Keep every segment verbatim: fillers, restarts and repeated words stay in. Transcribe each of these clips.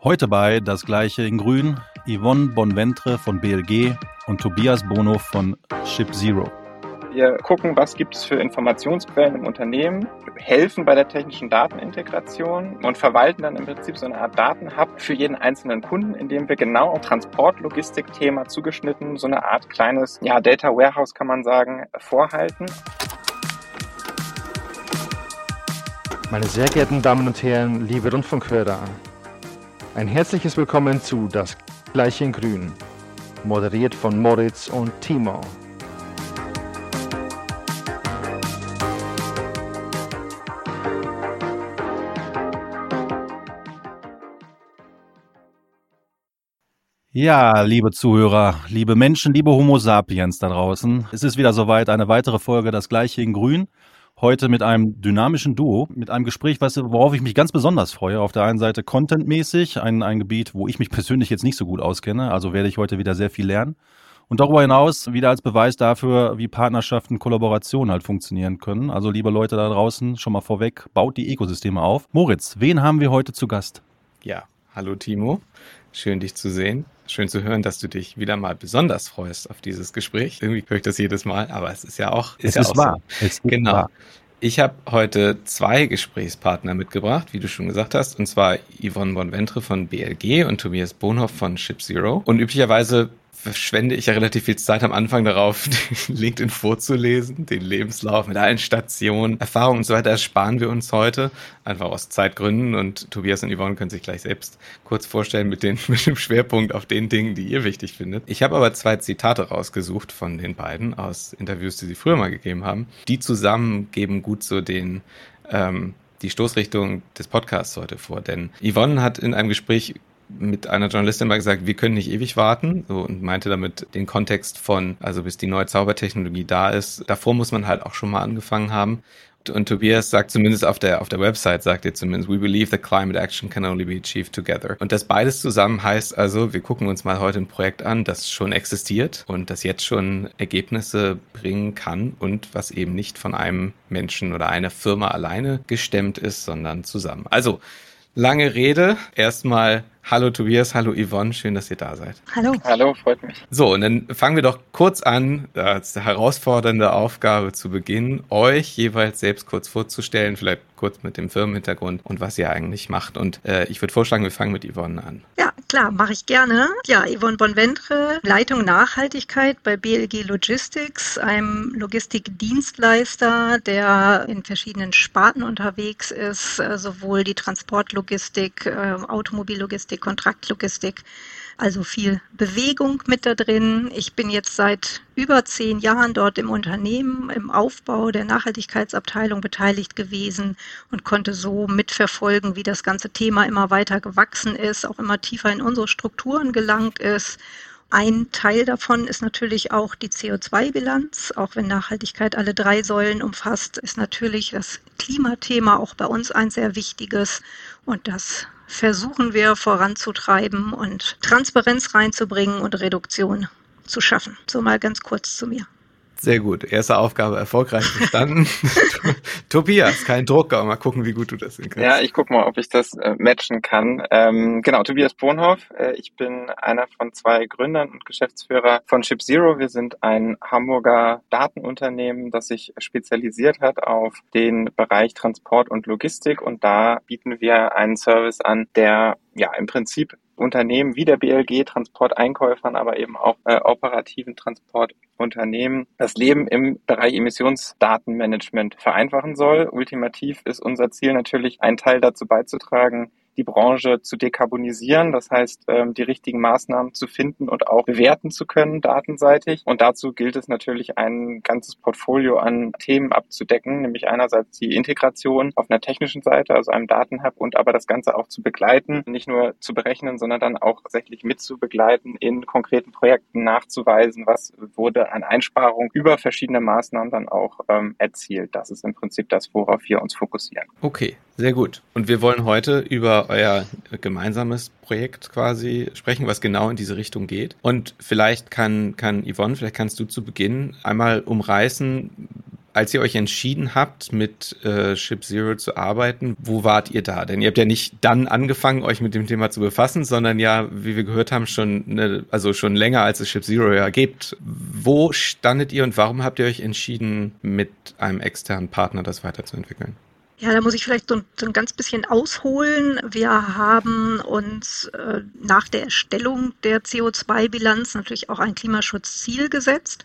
Heute bei Das Gleiche in Grün, Yvonne Bonventre von B L G und Tobias Bonhoff von ShipZero. Wir gucken, was gibt es für Informationsquellen im Unternehmen, helfen bei der technischen Datenintegration und verwalten dann im Prinzip so eine Art Datenhub für jeden einzelnen Kunden, indem wir genau auf Transportlogistik-Thema zugeschnitten so eine Art kleines ja, Data Warehouse, kann man sagen, vorhalten. Meine sehr geehrten Damen und Herren, liebe Rundfunkhörer, ein herzliches Willkommen zu Das Gleiche in Grün, moderiert von Moritz und Timo. Ja, liebe Zuhörer, liebe Menschen, liebe Homo sapiens da draußen. Es ist wieder soweit, eine weitere Folge Das Gleiche in Grün. Heute mit einem dynamischen Duo, mit einem Gespräch, was, worauf ich mich ganz besonders freue. Auf der einen Seite contentmäßig, ein, ein Gebiet, wo ich mich persönlich jetzt nicht so gut auskenne. Also werde ich heute wieder sehr viel lernen. Und darüber hinaus wieder als Beweis dafür, wie Partnerschaften, Kollaborationen halt funktionieren können. Also liebe Leute da draußen, schon mal vorweg, baut die Ökosysteme auf. Moritz, wen haben wir heute zu Gast? Ja, hallo Timo. Schön, dich zu sehen. Schön zu hören, dass du dich wieder mal besonders freust auf dieses Gespräch. Irgendwie höre ich das jedes Mal, aber es ist ja auch, ist es ja ist auch wahr. so. Es ist genau. wahr. Ich habe heute zwei Gesprächspartner mitgebracht, wie du schon gesagt hast, und zwar Yvonne Bonventre von B L G und Tobias Bonhoff von ShipZero. Und üblicherweise verschwende ich ja relativ viel Zeit am Anfang darauf, den LinkedIn vorzulesen, den Lebenslauf mit allen Stationen, Erfahrungen und so weiter. Das sparen wir uns heute, einfach aus Zeitgründen. Und Tobias und Yvonne können sich gleich selbst kurz vorstellen mit, den, mit dem Schwerpunkt auf den Dingen, die ihr wichtig findet. Ich habe aber zwei Zitate rausgesucht von den beiden aus Interviews, die sie früher mal gegeben haben. Die zusammen geben gut so den ähm, die Stoßrichtung des Podcasts heute vor. Denn Yvonne hat in einem Gespräch mit einer Journalistin mal gesagt, wir können nicht ewig warten, so, und meinte damit den Kontext von, also bis die neue Zaubertechnologie da ist, davor muss man halt auch schon mal angefangen haben. Und, und Tobias sagt zumindest auf der auf der Website, sagt er zumindest, we believe that climate action can only be achieved together. Und das beides zusammen heißt also, wir gucken uns mal heute ein Projekt an, das schon existiert und das jetzt schon Ergebnisse bringen kann und was eben nicht von einem Menschen oder einer Firma alleine gestemmt ist, sondern zusammen. Also, lange Rede, erstmal hallo Tobias, hallo Yvonne, schön, dass ihr da seid. Hallo. Hallo, freut mich. So, und dann fangen wir doch kurz an, als herausfordernde Aufgabe zu Beginn, euch jeweils selbst kurz vorzustellen, vielleicht kurz mit dem Firmenhintergrund und was ihr eigentlich macht. Und äh, ich würde vorschlagen, wir fangen mit Yvonne an. Ja, klar, mache ich gerne. Ja, Yvonne Bonventre, Leitung Nachhaltigkeit bei B L G Logistics, einem Logistikdienstleister, der in verschiedenen Sparten unterwegs ist, äh, sowohl die Transportlogistik, äh, Automobillogistik, Kontraktlogistik, also viel Bewegung mit da drin. Ich bin jetzt seit über zehn Jahren dort im Unternehmen, im Aufbau der Nachhaltigkeitsabteilung beteiligt gewesen und konnte so mitverfolgen, wie das ganze Thema immer weiter gewachsen ist, auch immer tiefer in unsere Strukturen gelangt ist. Ein Teil davon ist natürlich auch die C O zwei Bilanz. Auch wenn Nachhaltigkeit alle drei Säulen umfasst, ist natürlich das Klimathema auch bei uns ein sehr wichtiges. Und das versuchen wir voranzutreiben und Transparenz reinzubringen und Reduktion zu schaffen. So mal ganz kurz zu mir. Sehr gut. Erste Aufgabe erfolgreich verstanden. Tobias, kein Druck, aber mal gucken, wie gut du das hinkriegst. Ja, ich gucke mal, ob ich das äh, matchen kann. Ähm, genau, Tobias Bonhoff. Äh, ich bin einer von zwei Gründern und Geschäftsführer von ShipZero. Wir sind ein Hamburger Datenunternehmen, das sich spezialisiert hat auf den Bereich Transport und Logistik. Und da bieten wir einen Service an, der ja im Prinzip Unternehmen wie der B L G, Transporteinkäufern, aber eben auch äh, operativen Transportunternehmen das Leben im Bereich Emissionsdatenmanagement vereinfachen soll. Ultimativ ist unser Ziel natürlich, einen Teil dazu beizutragen, die Branche zu dekarbonisieren, das heißt, die richtigen Maßnahmen zu finden und auch bewerten zu können, datenseitig. Und dazu gilt es natürlich, ein ganzes Portfolio an Themen abzudecken, nämlich einerseits die Integration auf einer technischen Seite, also einem Datenhub, und aber das Ganze auch zu begleiten, nicht nur zu berechnen, sondern dann auch tatsächlich mitzubegleiten, in konkreten Projekten nachzuweisen, was wurde an Einsparung über verschiedene Maßnahmen dann auch ähm, erzielt. Das ist im Prinzip das, worauf wir uns fokussieren. Okay, sehr gut. Und wir wollen heute über euer gemeinsames Projekt quasi sprechen, was genau in diese Richtung geht. Und vielleicht kann, kann Yvonne, vielleicht kannst du zu Beginn einmal umreißen, Als ihr euch entschieden habt, mit äh, ShipZero zu arbeiten, wo wart ihr da? Denn ihr habt ja nicht dann angefangen, euch mit dem Thema zu befassen, sondern ja, wie wir gehört haben, schon eine, also schon länger, als es ShipZero ja gibt. Wo standet ihr und warum habt ihr euch entschieden, mit einem externen Partner das weiterzuentwickeln? Ja, da muss ich vielleicht so, so ein ganz bisschen ausholen. Wir haben uns äh, nach der Erstellung der C O zwei Bilanz natürlich auch ein Klimaschutzziel gesetzt.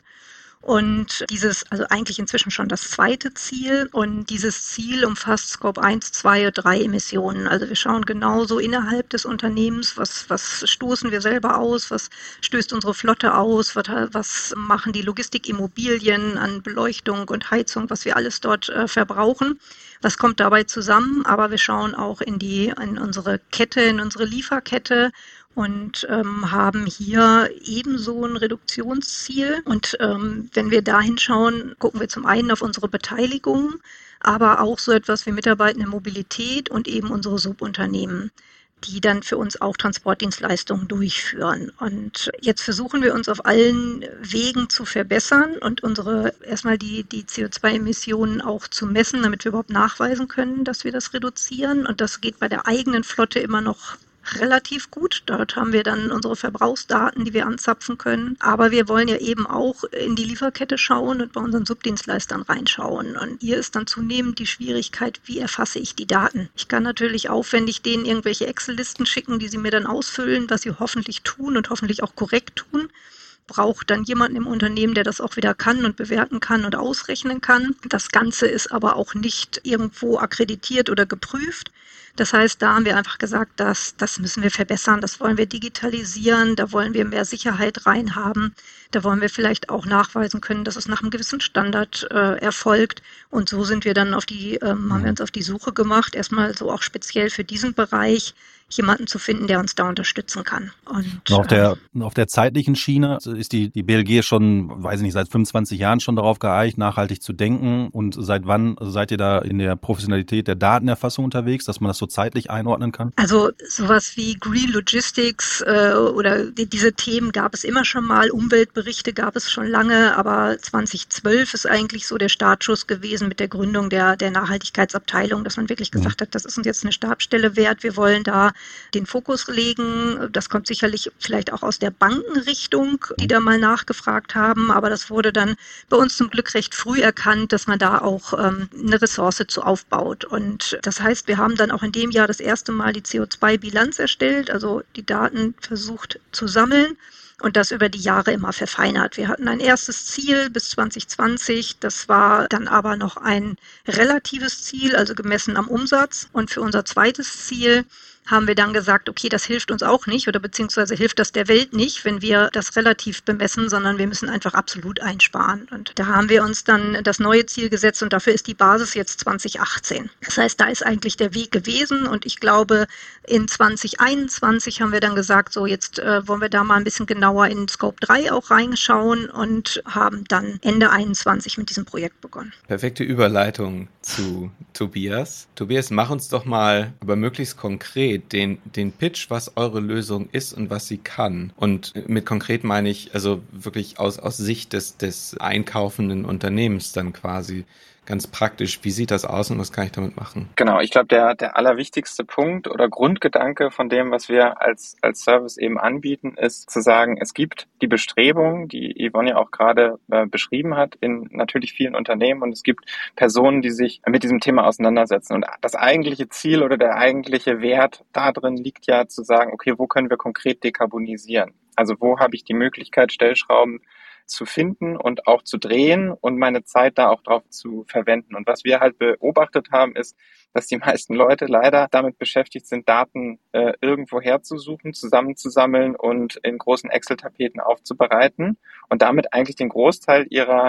Und dieses, also eigentlich inzwischen schon das zweite Ziel, und dieses Ziel umfasst Scope eins, zwei, drei Emissionen. Also wir schauen genauso innerhalb des Unternehmens, was, was stoßen wir selber aus, was stößt unsere Flotte aus, was, was machen die Logistikimmobilien an Beleuchtung und Heizung, was wir alles dort äh, verbrauchen. Was kommt dabei zusammen? Aber wir schauen auch in die, in unsere Kette, in unsere Lieferkette und ähm, haben hier ebenso ein Reduktionsziel. Und ähm, wenn wir da hinschauen, gucken wir zum einen auf unsere Beteiligung, aber auch so etwas wie mitarbeitende Mobilität und eben unsere Subunternehmen, die dann für uns auch Transportdienstleistungen durchführen. Und jetzt versuchen wir uns auf allen Wegen zu verbessern und unsere erstmal die, die C O zwei Emissionen auch zu messen, damit wir überhaupt nachweisen können, dass wir das reduzieren. Und das geht bei der eigenen Flotte immer noch relativ gut. Dort haben wir dann unsere Verbrauchsdaten, die wir anzapfen können. Aber wir wollen ja eben auch in die Lieferkette schauen und bei unseren Subdienstleistern reinschauen. Und hier ist dann zunehmend die Schwierigkeit, wie erfasse ich die Daten? Ich kann natürlich aufwendig denen irgendwelche Excel-Listen schicken, die sie mir dann ausfüllen, was sie hoffentlich tun und hoffentlich auch korrekt tun. Braucht dann jemanden im Unternehmen, der das auch wieder kann und bewerten kann und ausrechnen kann. Das Ganze ist aber auch nicht irgendwo akkreditiert oder geprüft. Das heißt, da haben wir einfach gesagt, dass, das müssen wir verbessern, das wollen wir digitalisieren, da wollen wir mehr Sicherheit reinhaben, da wollen wir vielleicht auch nachweisen können, dass es nach einem gewissen Standard äh, erfolgt. Und so sind wir dann auf die, ähm, haben wir uns auf die Suche gemacht, erstmal so auch speziell für diesen Bereich jemanden zu finden, der uns da unterstützen kann. Und auf der, auf der zeitlichen Schiene ist die, die B L G schon, weiß ich nicht, seit fünfundzwanzig Jahren schon darauf geeicht, nachhaltig zu denken. Und seit wann seid ihr da in der Professionalität der Datenerfassung unterwegs, dass man das so zeitlich einordnen kann? Also sowas wie Green Logistics äh, oder die, diese Themen gab es immer schon mal. Umweltberichte gab es schon lange, aber zweitausendzwölf ist eigentlich so der Startschuss gewesen mit der Gründung der, der Nachhaltigkeitsabteilung, dass man wirklich gesagt hat, das ist uns jetzt eine Stabsstelle wert, wir wollen da den Fokus legen. Das kommt sicherlich vielleicht auch aus der Bankenrichtung, die da mal nachgefragt haben, aber das wurde dann bei uns zum Glück recht früh erkannt, dass man da auch ähm, eine Ressource zu aufbaut. Und das heißt, wir haben dann auch in dem Jahr das erste Mal die C O zwei Bilanz erstellt, also die Daten versucht zu sammeln und das über die Jahre immer verfeinert. Wir hatten ein erstes Ziel bis zwanzig zwanzig, das war dann aber noch ein relatives Ziel, also gemessen am Umsatz. Und für unser zweites Ziel haben wir dann gesagt, okay, das hilft uns auch nicht oder beziehungsweise hilft das der Welt nicht, wenn wir das relativ bemessen, sondern wir müssen einfach absolut einsparen. Und da haben wir uns dann das neue Ziel gesetzt und dafür ist die Basis jetzt zwanzig achtzehn. Das heißt, da ist eigentlich der Weg gewesen und ich glaube, in zwanzig einundzwanzig haben wir dann gesagt, so jetzt äh, wollen wir da mal ein bisschen genauer in Scope drei auch reinschauen und haben dann Ende einundzwanzig mit diesem Projekt begonnen. Perfekte Überleitung zu Tobias. Tobias, mach uns doch mal, aber möglichst konkret, Den, den Pitch, was eure Lösung ist und was sie kann. Und mit konkret meine ich also wirklich aus, aus Sicht des, des einkaufenden Unternehmens dann quasi ganz praktisch. Wie sieht das aus und was kann ich damit machen? Genau, ich glaube, der, der allerwichtigste Punkt oder Grundgedanke von dem, was wir als, als Service eben anbieten, ist zu sagen, es gibt die Bestrebung, die Yvonne ja auch gerade äh, beschrieben hat, in natürlich vielen Unternehmen und es gibt Personen, die sich mit diesem Thema auseinandersetzen. Und das eigentliche Ziel oder der eigentliche Wert da drin liegt ja zu sagen, okay, wo können wir konkret dekarbonisieren? Also wo habe ich die Möglichkeit, Stellschrauben zu finden und auch zu drehen und meine Zeit da auch drauf zu verwenden. Und was wir halt beobachtet haben, ist, dass die meisten Leute leider damit beschäftigt sind, Daten äh, irgendwo herzusuchen, zusammenzusammeln und in großen Excel-Tapeten aufzubereiten und damit eigentlich den Großteil ihrer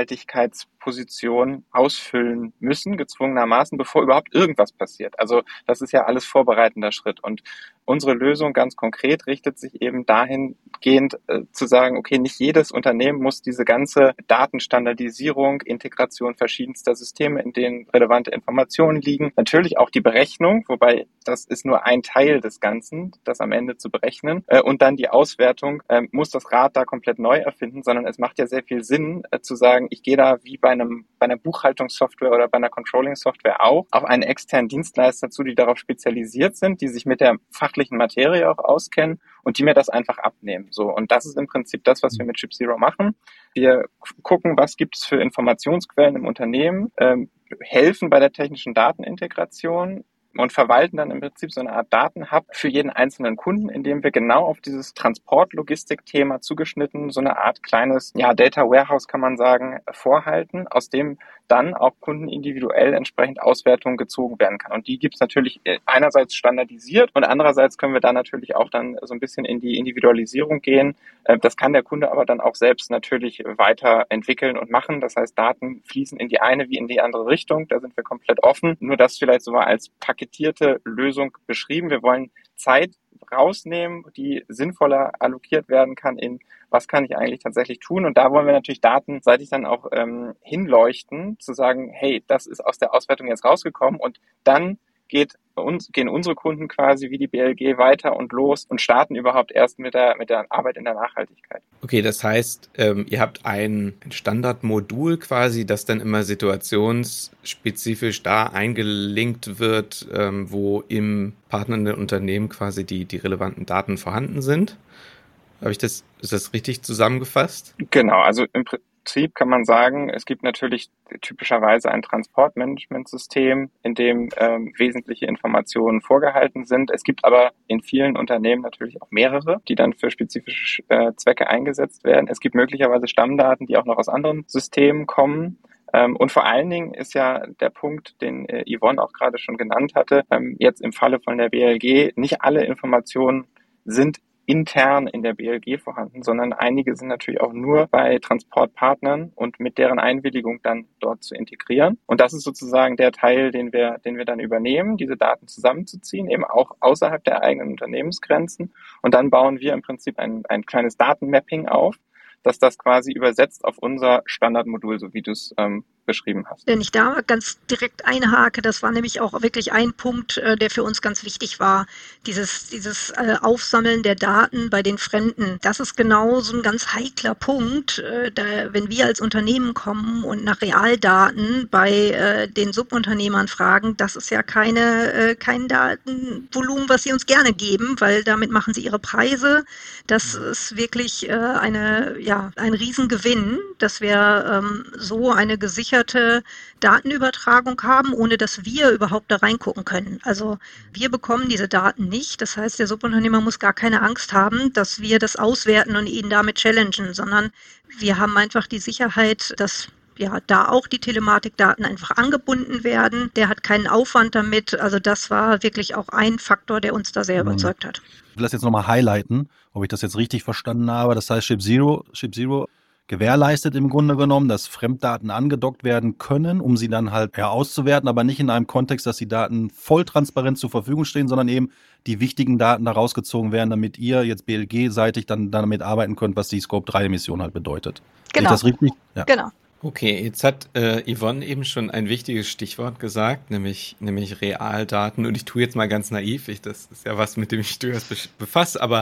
Nachhaltigkeitsposition ausfüllen müssen, gezwungenermaßen, bevor überhaupt irgendwas passiert. Also das ist ja alles vorbereitender Schritt. Und unsere Lösung ganz konkret richtet sich eben dahingehend äh, zu sagen, okay, nicht jedes Unternehmen muss diese ganze Datenstandardisierung, Integration verschiedenster Systeme, in denen relevante Informationen liegen, Kunden natürlich auch die Berechnung, wobei das ist nur ein Teil des Ganzen, das am Ende zu berechnen. Äh, und dann die Auswertung, äh, muss das Rad da komplett neu erfinden, sondern es macht ja sehr viel Sinn, äh, zu sagen, ich gehe da wie bei einem bei einer Buchhaltungssoftware oder bei einer Controlling-Software auch auf einen externen Dienstleister zu, die darauf spezialisiert sind, die sich mit der fachlichen Materie auch auskennen und die mir das einfach abnehmen. So, und das ist im Prinzip das, was wir mit ShipZero machen. Wir gucken, was gibt es für Informationsquellen im Unternehmen, ähm, helfen bei der technischen Datenintegration und verwalten dann im Prinzip so eine Art Datenhub für jeden einzelnen Kunden, indem wir genau auf dieses Transport-Logistik-Thema zugeschnitten so eine Art kleines, ja, Data Warehouse kann man sagen, vorhalten, aus dem dann auch Kunden individuell entsprechend Auswertungen gezogen werden kann. Und die gibt es natürlich einerseits standardisiert und andererseits können wir da natürlich auch dann so ein bisschen in die Individualisierung gehen. Das kann der Kunde aber dann auch selbst natürlich weiterentwickeln und machen. Das heißt, Daten fließen in die eine wie in die andere Richtung. Da sind wir komplett offen. Nur das vielleicht so mal als paketierte Lösung beschrieben. Wir wollen Zeit rausnehmen, die sinnvoller allokiert werden kann in, was kann ich eigentlich tatsächlich tun? Und da wollen wir natürlich datenseitig dann auch ähm, hinleuchten, zu sagen, hey, das ist aus der Auswertung jetzt rausgekommen und dann geht uns, gehen unsere Kunden quasi wie die B L G weiter und los und starten überhaupt erst mit der, mit der Arbeit in der Nachhaltigkeit. Okay, das heißt, ähm, ihr habt ein, ein Standardmodul quasi, das dann immer situationsspezifisch da eingelinkt wird, ähm, wo im partnernden Unternehmen quasi die, die relevanten Daten vorhanden sind. Habe ich das, ist das richtig zusammengefasst? Genau, also im Prinzip kann man sagen, es gibt natürlich typischerweise ein Transportmanagementsystem, in dem ähm, wesentliche Informationen vorgehalten sind. Es gibt aber in vielen Unternehmen natürlich auch mehrere, die dann für spezifische äh, Zwecke eingesetzt werden. Es gibt möglicherweise Stammdaten, die auch noch aus anderen Systemen kommen. Ähm, und vor allen Dingen ist ja der Punkt, den äh, Yvonne auch gerade schon genannt hatte, ähm, jetzt im Falle von der B L G, nicht alle Informationen sind intern in der B L G vorhanden, sondern einige sind natürlich auch nur bei Transportpartnern und mit deren Einwilligung dann dort zu integrieren. Und das ist sozusagen der Teil, den wir, den wir dann übernehmen, diese Daten zusammenzuziehen, eben auch außerhalb der eigenen Unternehmensgrenzen. Und dann bauen wir im Prinzip ein, ein kleines Datenmapping auf, dass das quasi übersetzt auf unser Standardmodul, so wie du es ähm, beschrieben hast. Wenn ich da ganz direkt einhake, das war nämlich auch wirklich ein Punkt, äh, der für uns ganz wichtig war. Dieses, dieses äh, Aufsammeln der Daten bei den Fremden. Das ist genau so ein ganz heikler Punkt, äh, da, wenn wir als Unternehmen kommen und nach Realdaten bei äh, den Subunternehmern fragen, das ist ja keine, äh, kein Datenvolumen, was sie uns gerne geben, weil damit machen sie ihre Preise. Das ist wirklich äh, eine, ja, ein Riesengewinn, dass wir ähm, so eine gesicherte Datenübertragung haben, ohne dass wir überhaupt da reingucken können. Also wir bekommen diese Daten nicht. Das heißt, der Subunternehmer muss gar keine Angst haben, dass wir das auswerten und ihn damit challengen, sondern wir haben einfach die Sicherheit, dass ja da auch die Telematikdaten einfach angebunden werden. Der hat keinen Aufwand damit. Also das war wirklich auch ein Faktor, der uns da sehr mhm. überzeugt hat. Ich will das jetzt nochmal highlighten, ob ich das jetzt richtig verstanden habe. Das heißt, ShipZero, ShipZero gewährleistet im Grunde genommen, dass Fremddaten angedockt werden können, um sie dann halt ja, auszuwerten, aber nicht in einem Kontext, dass die Daten voll transparent zur Verfügung stehen, sondern eben die wichtigen Daten da rausgezogen werden, damit ihr jetzt B L G-seitig dann damit arbeiten könnt, was die Scope drei Emission halt bedeutet. Genau. Ist das richtig? Ja. Genau. Okay, jetzt hat äh, Yvonne eben schon ein wichtiges Stichwort gesagt, nämlich nämlich Realdaten. Und ich tue jetzt mal ganz naiv, ich, das ist ja was, mit dem ich durchaus befasse, aber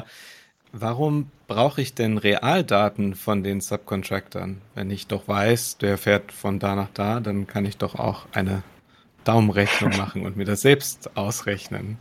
warum brauche ich denn Realdaten von den Subcontractern? Wenn ich doch weiß, der fährt von da nach da, dann kann ich doch auch eine Daumenrechnung machen und mir das selbst ausrechnen.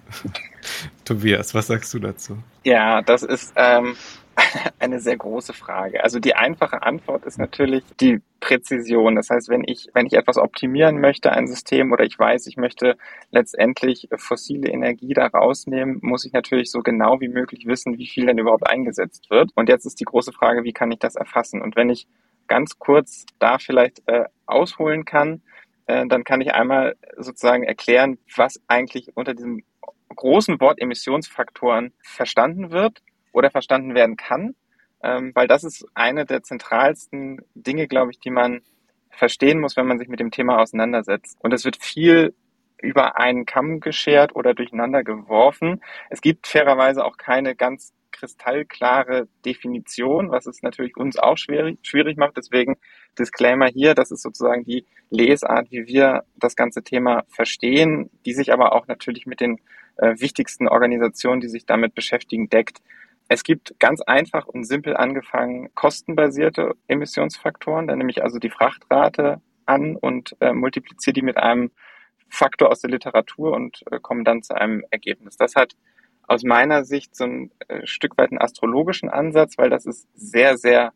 Tobias, was sagst du dazu? Ja, das ist ähm, eine sehr große Frage. Also die einfache Antwort ist natürlich die Präzision. Das heißt, wenn ich, wenn ich etwas optimieren möchte, ein System, oder ich weiß, ich möchte letztendlich fossile Energie da rausnehmen, muss ich natürlich so genau wie möglich wissen, wie viel denn überhaupt eingesetzt wird. Und jetzt ist die große Frage, wie kann ich das erfassen? Und wenn ich ganz kurz da vielleicht äh, ausholen kann, äh, dann kann ich einmal sozusagen erklären, was eigentlich unter diesem großen Wort Emissionsfaktoren verstanden wird oder verstanden werden kann, ähm, weil das ist eine der zentralsten Dinge, glaube ich, die man verstehen muss, wenn man sich mit dem Thema auseinandersetzt. Und es wird viel über einen Kamm geschert oder durcheinander geworfen. Es gibt fairerweise auch keine ganz kristallklare Definition, was es natürlich uns auch schwierig, schwierig macht. Deswegen Disclaimer hier, das ist sozusagen die Lesart, wie wir das ganze Thema verstehen, die sich aber auch natürlich mit den äh, wichtigsten Organisationen, die sich damit beschäftigen, deckt. Es gibt ganz einfach und simpel angefangen kostenbasierte Emissionsfaktoren, dann nehme ich also die Frachtrate an und äh, multipliziere die mit einem Faktor aus der Literatur und äh, komme dann zu einem Ergebnis. Das hat aus meiner Sicht so ein äh, Stück weit einen astrologischen Ansatz, weil das ist sehr, sehr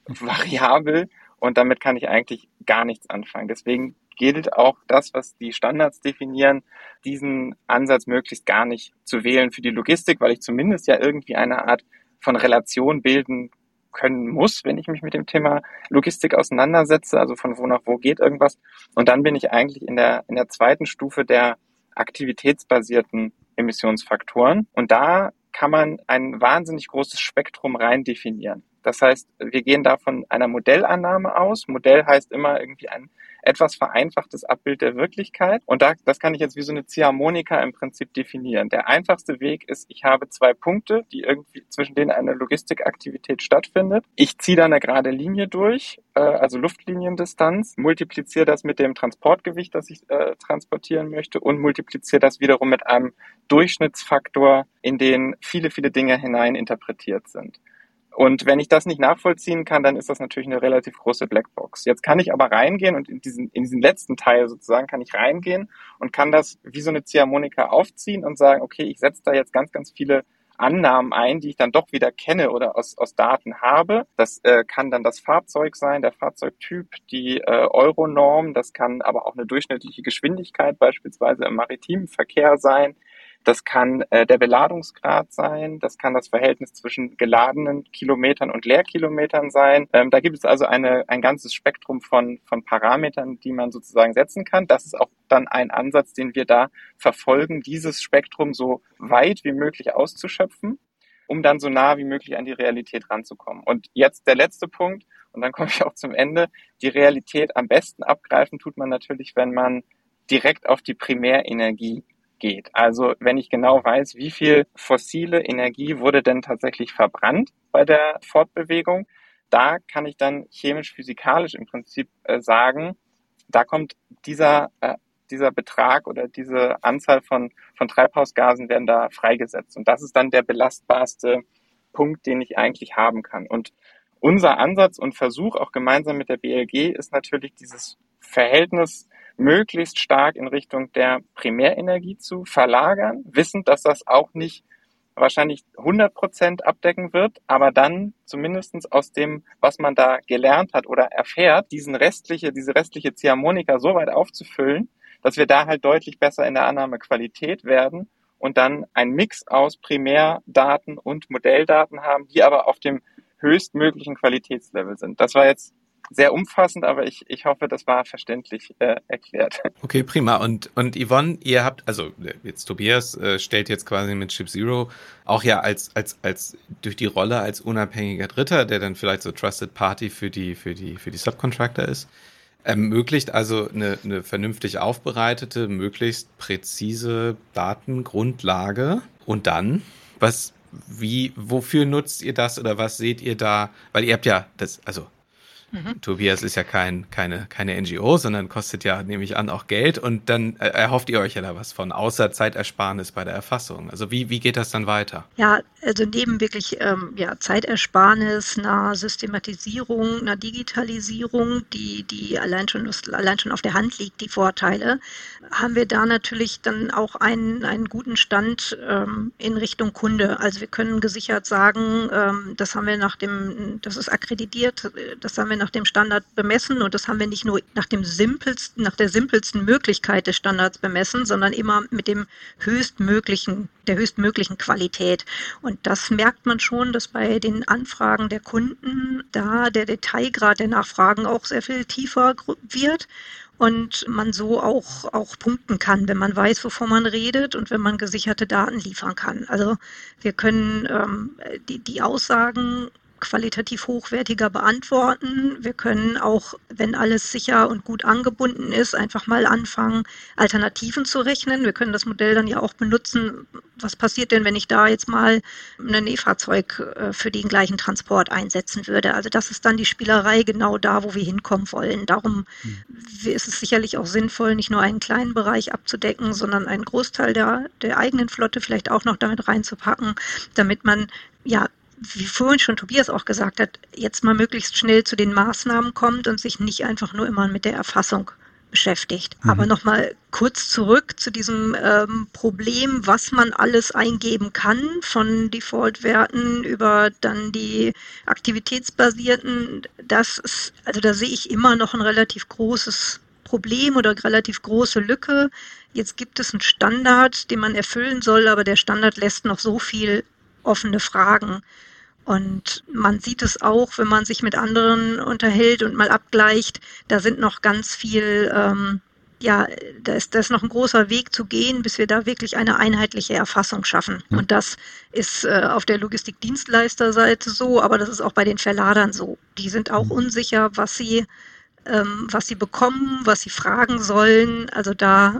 variabel und damit kann ich eigentlich gar nichts anfangen. Deswegen gilt auch das, was die Standards definieren, diesen Ansatz möglichst gar nicht zu wählen für die Logistik, weil ich zumindest ja irgendwie eine Art von Relation bilden können muss, wenn ich mich mit dem Thema Logistik auseinandersetze, also von wo nach wo geht irgendwas. Und dann bin ich eigentlich in der, in der zweiten Stufe der aktivitätsbasierten Emissionsfaktoren. Und da kann man ein wahnsinnig großes Spektrum rein definieren. Das heißt, wir gehen da von einer Modellannahme aus. Modell heißt immer irgendwie ein etwas vereinfachtes Abbild der Wirklichkeit. Und da, das kann ich jetzt wie so eine Ziehharmonika im Prinzip definieren. Der einfachste Weg ist, ich habe zwei Punkte, die irgendwie zwischen denen eine Logistikaktivität stattfindet. Ich ziehe da eine gerade Linie durch, äh, also Luftliniendistanz, multipliziere das mit dem Transportgewicht, das ich äh, transportieren möchte und multipliziere das wiederum mit einem Durchschnittsfaktor, in den viele, viele Dinge hinein interpretiert sind. Und wenn ich das nicht nachvollziehen kann, dann ist das natürlich eine relativ große Blackbox. Jetzt kann ich aber reingehen und in diesen, in diesen letzten Teil sozusagen kann ich reingehen und kann das wie so eine Ziehharmonika aufziehen und sagen, okay, ich setze da jetzt ganz, ganz viele Annahmen ein, die ich dann doch wieder kenne oder aus, aus Daten habe. Das äh, kann dann das Fahrzeug sein, der Fahrzeugtyp, die äh, Euronorm, das kann aber auch eine durchschnittliche Geschwindigkeit beispielsweise im maritimen Verkehr sein. Das kann äh, der Beladungsgrad sein, das kann das Verhältnis zwischen geladenen Kilometern und Leerkilometern sein. Ähm, da gibt es also eine, ein ganzes Spektrum von, von Parametern, die man sozusagen setzen kann. Das ist auch dann ein Ansatz, den wir da verfolgen, dieses Spektrum so weit wie möglich auszuschöpfen, um dann so nah wie möglich an die Realität ranzukommen. Und jetzt der letzte Punkt, und dann komme ich auch zum Ende. Die Realität am besten abgreifen tut man natürlich, wenn man direkt auf die Primärenergie geht. Also wenn ich genau weiß, wie viel fossile Energie wurde denn tatsächlich verbrannt bei der Fortbewegung, da kann ich dann chemisch-physikalisch im Prinzip äh, sagen, da kommt dieser äh, dieser Betrag oder diese Anzahl von von Treibhausgasen werden da freigesetzt. Und das ist dann der belastbarste Punkt, den ich eigentlich haben kann. Und unser Ansatz und Versuch auch gemeinsam mit der B L G ist natürlich dieses Verhältnis möglichst stark in Richtung der Primärenergie zu verlagern, wissend, dass das auch nicht wahrscheinlich hundert Prozent abdecken wird, aber dann zumindest aus dem, was man da gelernt hat oder erfährt, diesen restliche, diese restliche Ziehharmonika so weit aufzufüllen, dass wir da halt deutlich besser in der Annahmequalität werden und dann einen Mix aus Primärdaten und Modelldaten haben, die aber auf dem höchstmöglichen Qualitätslevel sind. Das war jetzt sehr umfassend, aber ich, ich hoffe, das war verständlich äh, erklärt. Okay, prima. Und, und Yvonne, ihr habt, also jetzt Tobias äh, stellt jetzt quasi mit ShipZero auch ja als, als, als, durch die Rolle als unabhängiger Dritter, der dann vielleicht so Trusted Party für die, für die, für die Subcontractor ist, ermöglicht also eine, eine vernünftig aufbereitete, möglichst präzise Datengrundlage. Und dann, was, wie, wofür nutzt ihr das oder was seht ihr da? Weil ihr habt ja das, also Mhm. Tobias ist ja kein, keine, keine N G O, sondern kostet ja, nehme ich an, auch Geld und dann äh, erhofft ihr euch ja da was von, außer Zeitersparnis bei der Erfassung. Also wie, wie geht das dann weiter? Ja, also neben wirklich ähm, ja, Zeitersparnis, einer Systematisierung, einer Digitalisierung, die, die allein schon, allein schon auf der Hand liegt, die Vorteile, haben wir da natürlich dann auch einen, einen guten Stand ähm, in Richtung Kunde. Also wir können gesichert sagen, ähm, das haben wir nach dem, das ist akkreditiert, das haben wir nach dem Standard bemessen und das haben wir nicht nur nach dem simpelsten, nach der simpelsten Möglichkeit des Standards bemessen, sondern immer mit dem höchstmöglichen, der höchstmöglichen Qualität. Und das merkt man schon, dass bei den Anfragen der Kunden da der Detailgrad der Nachfragen auch sehr viel tiefer wird. Und man so auch, auch punkten kann, wenn man weiß, wovon man redet und wenn man gesicherte Daten liefern kann. Also wir können ähm, die, die Aussagen qualitativ hochwertiger beantworten. Wir können auch, wenn alles sicher und gut angebunden ist, einfach mal anfangen, Alternativen zu rechnen. Wir können das Modell dann ja auch benutzen. Was passiert denn, wenn ich da jetzt mal ein Nähfahrzeug äh, für den gleichen Transport einsetzen würde? Also das ist dann die Spielerei genau da, wo wir hinkommen wollen. Darum mhm. ist es sicherlich auch sinnvoll, nicht nur einen kleinen Bereich abzudecken, sondern einen Großteil der, der eigenen Flotte vielleicht auch noch damit reinzupacken, damit man ja wie vorhin schon Tobias auch gesagt hat, jetzt mal möglichst schnell zu den Maßnahmen kommt und sich nicht einfach nur immer mit der Erfassung beschäftigt. Mhm. Aber nochmal kurz zurück zu diesem ähm, Problem, was man alles eingeben kann, von Default-Werten über dann die aktivitätsbasierten. Das ist, also da sehe ich immer noch ein relativ großes Problem oder relativ große Lücke. Jetzt gibt es einen Standard, den man erfüllen soll, aber der Standard lässt noch so viel offene Fragen. Und man sieht es auch, wenn man sich mit anderen unterhält und mal abgleicht, da sind noch ganz viel, ähm, ja, da ist, da ist noch ein großer Weg zu gehen, bis wir da wirklich eine einheitliche Erfassung schaffen. Mhm. Und das ist äh, auf der Logistikdienstleisterseite so, aber das ist auch bei den Verladern so. Die sind auch mhm. unsicher, was sie, ähm, was sie bekommen, was sie fragen sollen. Also da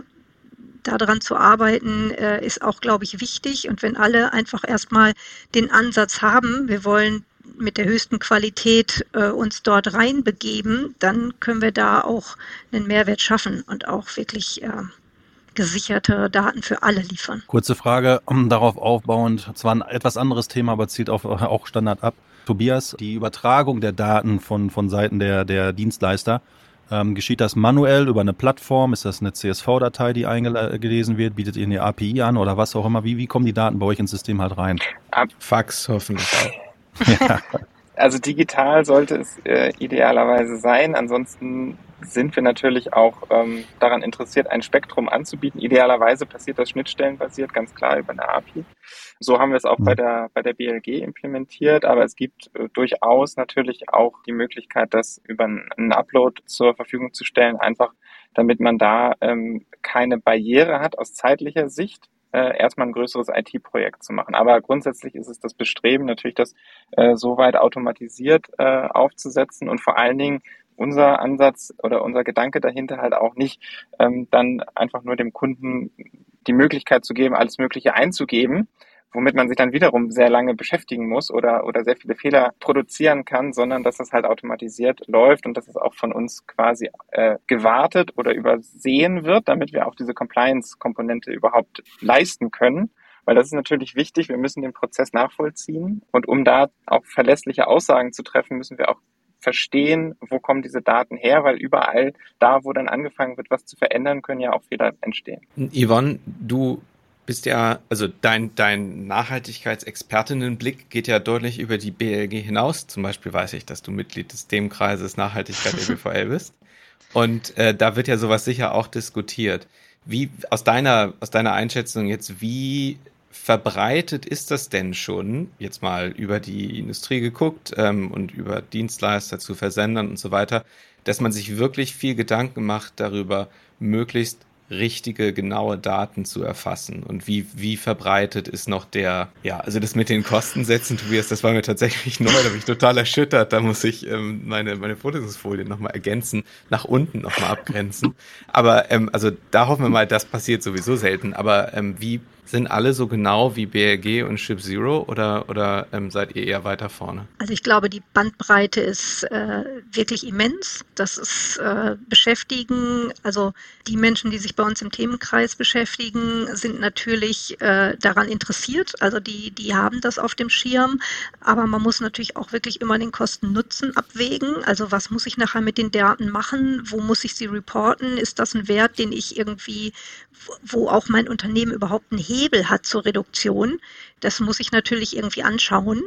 daran zu arbeiten, äh, ist auch, glaube ich, wichtig. Und wenn alle einfach erstmal den Ansatz haben, wir wollen mit der höchsten Qualität äh, uns dort reinbegeben, dann können wir da auch einen Mehrwert schaffen und auch wirklich äh, gesicherte Daten für alle liefern. Kurze Frage, um darauf aufbauend, zwar ein etwas anderes Thema, aber zielt auf, auch Standard ab. Tobias, die Übertragung der Daten von, von Seiten der, der Dienstleister, Ähm, geschieht das manuell über eine Plattform? Ist das eine C S V-Datei, die eingelesen wird? Bietet ihr eine A P I an oder was auch immer? Wie, wie kommen die Daten bei euch ins System halt rein? Ab Fax hoffentlich auch. Ja. Also digital sollte es äh, idealerweise sein. Ansonsten sind wir natürlich auch ähm, daran interessiert, ein Spektrum anzubieten. Idealerweise passiert das schnittstellenbasiert, ganz klar über eine A P I. So haben wir es auch mhm. bei der bei der B L G implementiert, aber es gibt äh, durchaus natürlich auch die Möglichkeit, das über einen Upload zur Verfügung zu stellen, einfach damit man da ähm, keine Barriere hat aus zeitlicher Sicht, äh, erstmal ein größeres I T-Projekt zu machen. Aber grundsätzlich ist es das Bestreben, natürlich das äh, so weit automatisiert äh, aufzusetzen und vor allen Dingen unser Ansatz oder unser Gedanke dahinter halt auch nicht, ähm, dann einfach nur dem Kunden die Möglichkeit zu geben, alles Mögliche einzugeben, womit man sich dann wiederum sehr lange beschäftigen muss oder oder sehr viele Fehler produzieren kann, sondern dass das halt automatisiert läuft und dass es auch von uns quasi äh, gewartet oder übersehen wird, damit wir auch diese Compliance-Komponente überhaupt leisten können. Weil das ist natürlich wichtig, wir müssen den Prozess nachvollziehen und um da auch verlässliche Aussagen zu treffen, müssen wir auch verstehen, wo kommen diese Daten her, weil überall da, wo dann angefangen wird, was zu verändern, können ja auch Fehler entstehen. Yvonne, du bist ja, also dein, dein Nachhaltigkeitsexpertinnenblick geht ja deutlich über die B L G hinaus. Zum Beispiel weiß ich, dass du Mitglied des Themenkreises Nachhaltigkeit der B V L bist. Und äh, da wird ja sowas sicher auch diskutiert. Wie, aus deiner, aus deiner Einschätzung jetzt, wie verbreitet ist das denn schon, jetzt mal über die Industrie geguckt ähm, und über Dienstleister zu Versendern und so weiter, dass man sich wirklich viel Gedanken macht darüber, möglichst richtige, genaue Daten zu erfassen und wie wie verbreitet ist noch der, ja, also das mit den Kostensätzen, Tobias, das war mir tatsächlich neu, da bin ich total erschüttert, da muss ich ähm, meine meine Vorlesungsfolien nochmal ergänzen, nach unten nochmal abgrenzen, aber ähm, also da hoffen wir mal, das passiert sowieso selten, aber ähm, wie sind alle so genau wie B L G und ShipZero oder, oder ähm, seid ihr eher weiter vorne? Also ich glaube, die Bandbreite ist äh, wirklich immens. Das ist äh, beschäftigen, also die Menschen, die sich bei uns im Themenkreis beschäftigen, sind natürlich äh, daran interessiert. Also die, die haben das auf dem Schirm. Aber man muss natürlich auch wirklich immer den Kosten-Nutzen abwägen. Also was muss ich nachher mit den Daten machen? Wo muss ich sie reporten? Ist das ein Wert, den ich irgendwie, wo auch mein Unternehmen überhaupt einen Hebel hat zur Reduktion? Das muss ich natürlich irgendwie anschauen.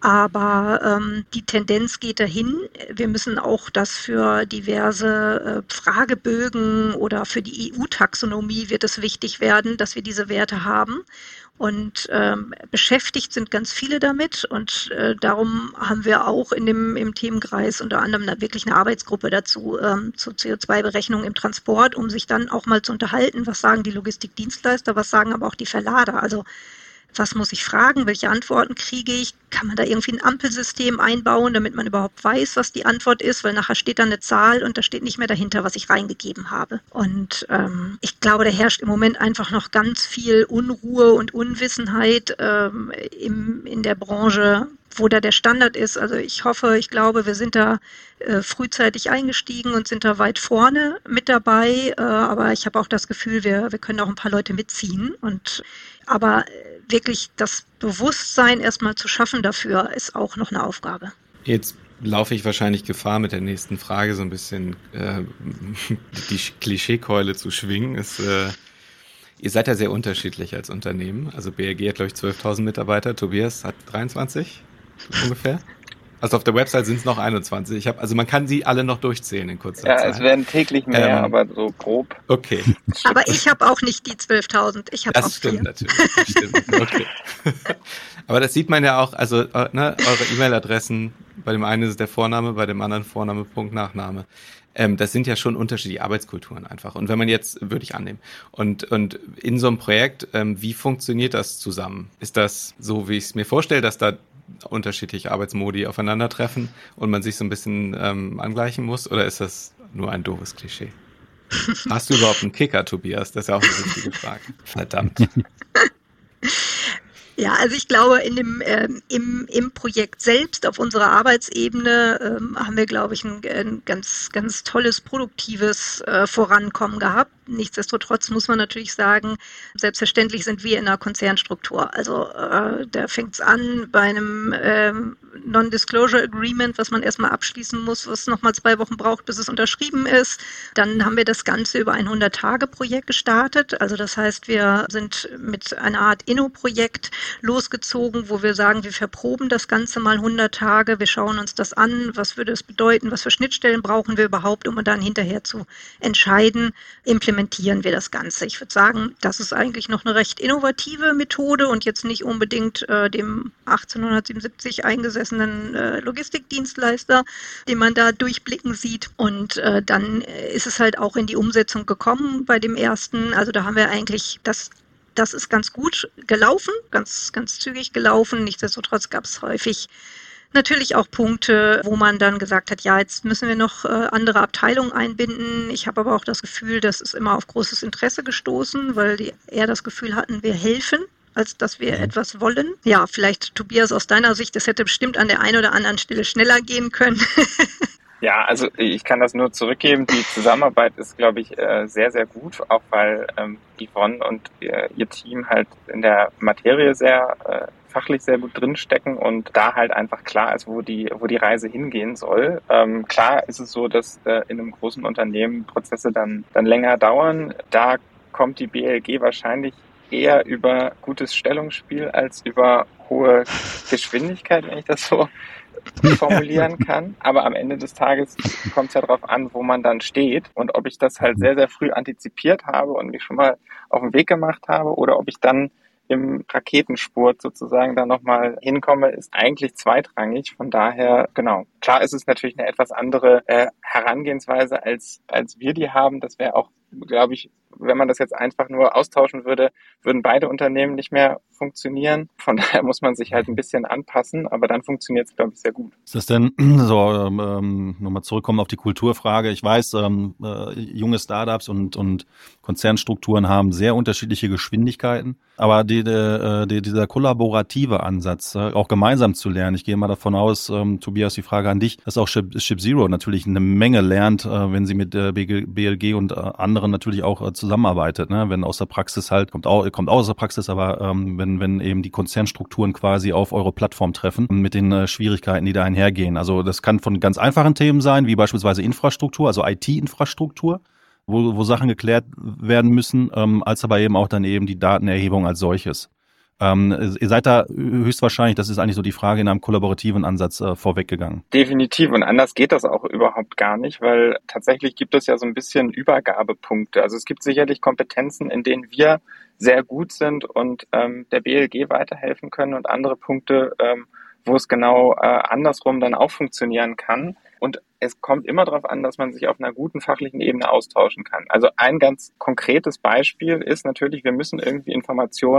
Aber ähm, die Tendenz geht dahin. Wir müssen auch das für diverse äh, Fragebögen oder für die E U-Taxonomie wird es wichtig werden, dass wir diese Werte haben. Und ähm, beschäftigt sind ganz viele damit. Und äh, darum haben wir auch in dem im Themenkreis unter anderem eine, wirklich eine Arbeitsgruppe dazu ähm, zur C O zwei Berechnung im Transport, um sich dann auch mal zu unterhalten, was sagen die Logistikdienstleister, was sagen aber auch die Verlader. Also Was muss ich fragen? Welche Antworten kriege ich? Kann man da irgendwie ein Ampelsystem einbauen, damit man überhaupt weiß, was die Antwort ist? Weil nachher steht da eine Zahl und da steht nicht mehr dahinter, was ich reingegeben habe. Und ähm, ich glaube, da herrscht im Moment einfach noch ganz viel Unruhe und Unwissenheit ähm, im, in der Branche, wo da der Standard ist. Also ich hoffe, ich glaube, wir sind da äh, frühzeitig eingestiegen und sind da weit vorne mit dabei. Äh, aber ich habe auch das Gefühl, wir, wir können auch ein paar Leute mitziehen. Und aber wirklich das Bewusstsein erstmal zu schaffen dafür, ist auch noch eine Aufgabe. Jetzt laufe ich wahrscheinlich Gefahr, mit der nächsten Frage so ein bisschen äh, die Klischeekeule zu schwingen. Es, äh, ihr seid ja sehr unterschiedlich als Unternehmen. Also B L G hat, glaube ich, zwölftausend Mitarbeiter. Tobias hat dreiundzwanzig ungefähr. Also auf der Website sind es noch einundzwanzig. Ich hab, also man kann sie alle noch durchzählen in kurzer ja, Zeit. Ja, es werden täglich mehr, ähm, aber so grob. Okay. Aber ich habe auch nicht die zwölftausend. Ich habe auch Das stimmt vier. natürlich. Das stimmt. Okay. Aber das sieht man ja auch, also ne, eure E-Mail-Adressen, bei dem einen ist es der Vorname, bei dem anderen Vorname, Punkt, Nachname. Ähm, das sind ja schon unterschiedliche Arbeitskulturen einfach. Und wenn man jetzt, würde ich annehmen, und und in so einem Projekt, ähm, wie funktioniert das zusammen? Ist das so, wie ich es mir vorstelle, dass da unterschiedliche Arbeitsmodi aufeinandertreffen und man sich so ein bisschen ähm, angleichen muss? Oder ist das nur ein doofes Klischee? Hast du überhaupt einen Kicker, Tobias? Das ist ja auch eine wichtige Frage. Verdammt. Ja, also ich glaube, in dem, ähm, im, im Projekt selbst, auf unserer Arbeitsebene, ähm, haben wir, glaube ich, ein, ein ganz, ganz tolles, produktives äh, Vorankommen gehabt. Nichtsdestotrotz muss man natürlich sagen, selbstverständlich sind wir in einer Konzernstruktur. Also äh, da fängt es an bei einem ähm, Non-Disclosure Agreement, was man erstmal abschließen muss, was nochmal zwei Wochen braucht, bis es unterschrieben ist. Dann haben wir das Ganze über ein hundert-Tage-Projekt gestartet. Also das heißt, wir sind mit einer Art Inno-Projekt losgezogen, wo wir sagen, wir verproben das Ganze mal hundert Tage, wir schauen uns das an, was würde es bedeuten, was für Schnittstellen brauchen wir überhaupt, um dann hinterher zu entscheiden, implementieren wir das Ganze. Ich würde sagen, das ist eigentlich noch eine recht innovative Methode und jetzt nicht unbedingt äh, dem achtzehnhundertsiebenundsiebzig eingesessenen äh, Logistikdienstleister, den man da durchblicken sieht. Und äh, dann ist es halt auch in die Umsetzung gekommen bei dem ersten. Also da haben wir eigentlich das Das ist ganz gut gelaufen, ganz, ganz zügig gelaufen. Nichtsdestotrotz gab es häufig natürlich auch Punkte, wo man dann gesagt hat, ja, jetzt müssen wir noch äh, andere Abteilungen einbinden. Ich habe aber auch das Gefühl, das ist immer auf großes Interesse gestoßen, weil die eher das Gefühl hatten, wir helfen, als dass wir etwas wollen. Ja, vielleicht, Tobias, aus deiner Sicht, das hätte bestimmt an der einen oder anderen Stelle schneller gehen können. Ja, also ich kann das nur zurückgeben. Die Zusammenarbeit ist, glaube ich, sehr, sehr gut, auch weil ähm, Yvonne und ihr, ihr Team halt in der Materie sehr äh, fachlich sehr gut drinstecken und da halt einfach klar ist, wo die wo die Reise hingehen soll. Ähm, klar ist es so, dass äh, in einem großen Unternehmen Prozesse dann dann länger dauern. Da kommt die B L G wahrscheinlich eher über gutes Stellungsspiel als über hohe Geschwindigkeit, wenn ich das so formulieren kann. Aber am Ende des Tages kommt es ja darauf an, wo man dann steht und ob ich das halt sehr, sehr früh antizipiert habe und mich schon mal auf den Weg gemacht habe oder ob ich dann im Raketenspurt sozusagen da nochmal hinkomme, ist eigentlich zweitrangig. Von daher, genau. Klar ist es natürlich eine etwas andere äh, Herangehensweise, als als wir die haben. Das wäre auch, glaube ich, wenn man das jetzt einfach nur austauschen würde, würden beide Unternehmen nicht mehr funktionieren. Von daher muss man sich halt ein bisschen anpassen, aber dann funktioniert es, glaube ich, sehr gut. Ist das denn so, ähm, nochmal zurückkommen auf die Kulturfrage? Ich weiß, ähm, äh, junge Startups und, und Konzernstrukturen haben sehr unterschiedliche Geschwindigkeiten, aber die, die, die, dieser kollaborative Ansatz, äh, auch gemeinsam zu lernen, ich gehe mal davon aus, ähm, Tobias, die Frage an dich, dass auch Ship, Ship Zero natürlich eine Menge lernt, äh, wenn sie mit äh, B L G und äh, anderen natürlich auch äh, zusammenarbeitet, ne? Wenn aus der Praxis halt, kommt auch, kommt auch aus der Praxis, aber ähm, wenn, wenn eben die Konzernstrukturen quasi auf eure Plattform treffen, mit den äh, Schwierigkeiten, die da einhergehen. Also das kann von ganz einfachen Themen sein, wie beispielsweise Infrastruktur, also I T-Infrastruktur, wo, wo Sachen geklärt werden müssen, ähm, als aber eben auch dann eben die Datenerhebung als solches. Ähm, ihr seid da höchstwahrscheinlich, das ist eigentlich so die Frage, in einem kollaborativen Ansatz äh, vorweggegangen. Definitiv, und anders geht das auch überhaupt gar nicht, weil tatsächlich gibt es ja so ein bisschen Übergabepunkte. Also es gibt sicherlich Kompetenzen, in denen wir sehr gut sind und ähm, der B L G weiterhelfen können und andere Punkte, ähm, wo es genau äh, andersrum dann auch funktionieren kann. Und es kommt immer darauf an, dass man sich auf einer guten fachlichen Ebene austauschen kann. Also ein ganz konkretes Beispiel ist natürlich, wir müssen irgendwie Informationen